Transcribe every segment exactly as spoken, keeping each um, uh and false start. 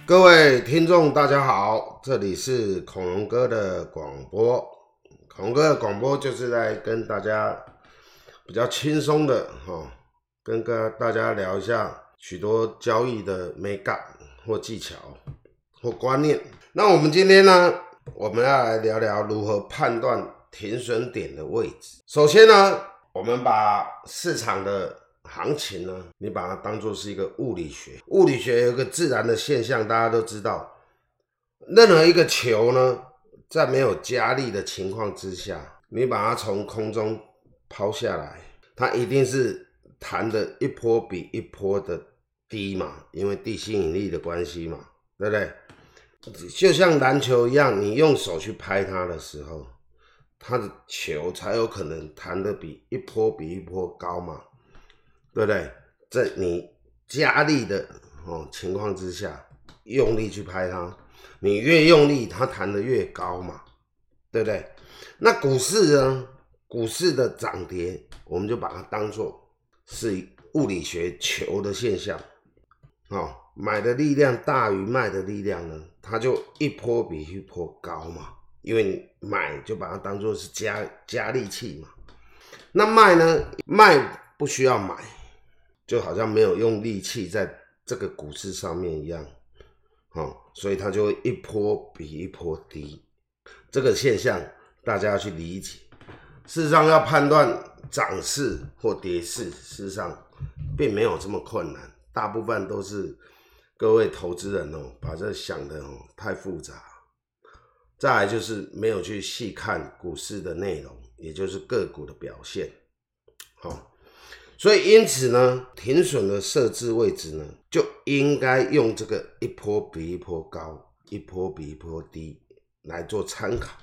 各位听众大家好，这里是恐龙哥的广播。恐龙哥的广播就是在跟大家比较轻松的、哦、跟大家聊一下许多交易的美感或技巧或观念。那我们今天呢，我们要来聊聊如何判断停损点的位置。首先呢，我们把市场的行情呢，你把它当作是一个物理学。物理学有一个自然的现象，大家都知道，任何一个球呢，在没有加力的情况之下，你把它从空中抛下来，它一定是弹的一波比一波的低嘛，因为地心引力的关系嘛，对不对？就像篮球一样，你用手去拍它的时候，它的球才有可能弹的比一波比一波高嘛，对不对？在你加力的、哦、情况之下，用力去拍它，你越用力，它弹得越高嘛，对不对？那股市呢？股市的涨跌，我们就把它当作是物理学球的现象。哦，买的力量大于卖的力量呢，它就一波比一波高嘛，因为你买就把它当作是加加力器嘛。那卖呢？卖不需要买，就好像没有用力气在这个股市上面一样，哦，所以它就会一波比一波低。这个现象大家要去理解。事实上，要判断涨势或跌势，事实上并没有这么困难，大部分都是各位投资人哦，把这想的哦太复杂。再来就是没有去细看股市的内容，也就是个股的表现。好、哦，所以因此呢，停损的设置位置呢，就应该用这个一波比一波高，一波比一波低来做参考。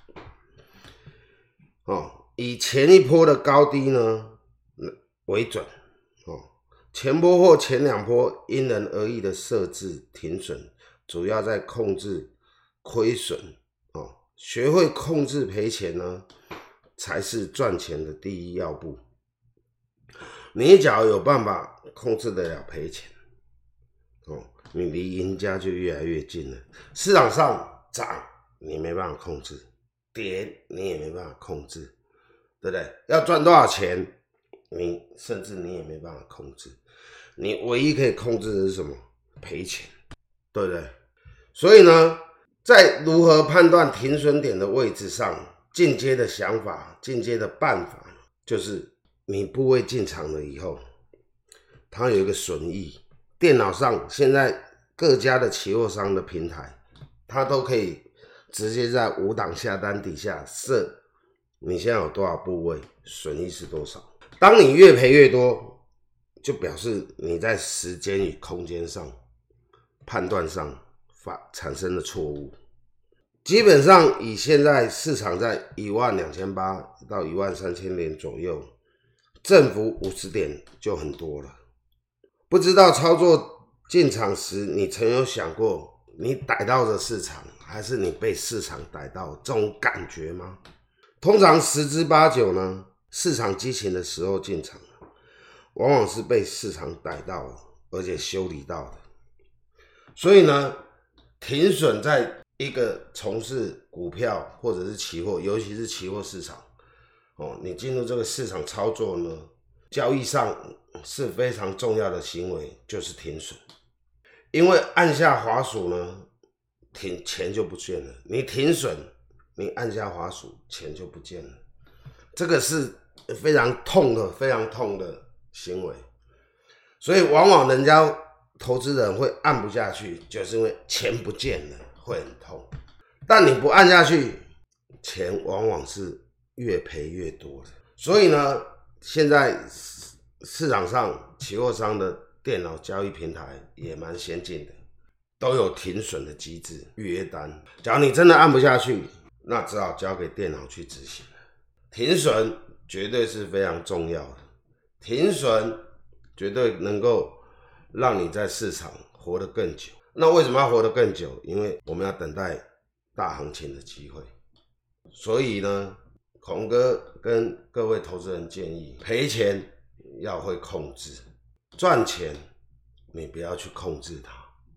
哦，以前一波的高低呢为准。哦，前波或前两波因人而异的设置停损，主要在控制亏损。哦，学会控制赔钱呢，才是赚钱的第一要步。你只要有办法控制得了赔钱，哦，你离赢家就越来越近了。市场上涨你没办法控制，跌你也没办法控制，对不对？要赚多少钱，你甚至你也没办法控制。你唯一可以控制的是什么？赔钱，对不对？所以呢，在如何判断停损点的位置上，进阶的想法、进阶的办法，就是你部位进场了以后，它有一个损益。电脑上现在各家的期货商的平台，它都可以直接在五档下单底下设你现在有多少部位，损益是多少。当你越赔越多，就表示你在时间与空间上判断上发产生了错误。基本上以现在市场在一万两千八到一万三千点左右，振幅五十点就很多了。不知道操作进场时，你曾有想过你逮到的市场，还是你被市场逮到这种感觉吗？通常十之八九呢，市场激情的时候进场，往往是被市场逮到而且修理到的。所以呢，停损在一个从事股票或者是期货，尤其是期货市场，哦，你进入这个市场操作呢，交易上是非常重要的行为，就是停损。因为按下滑鼠呢，停钱就不见了。你停损，你按下滑鼠，钱就不见了。这个是非常痛的、非常痛的行为。所以往往人家投资人会按不下去，就是因为钱不见了，会很痛。但你不按下去，钱往往是越赔越多的。所以呢，现在市场上期货商的电脑交易平台也蛮先进的，都有停损的机制，预约单。假如你真的按不下去，那只好交给电脑去执行了。停损绝对是非常重要的，停损绝对能够让你在市场活得更久。那为什么要活得更久？因为我们要等待大行情的机会。所以呢，孔哥跟各位投资人建议，赔钱要会控制，赚钱你不要去控制它。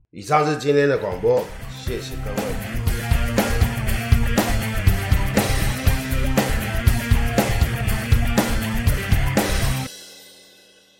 以上是今天的广播，谢谢各位。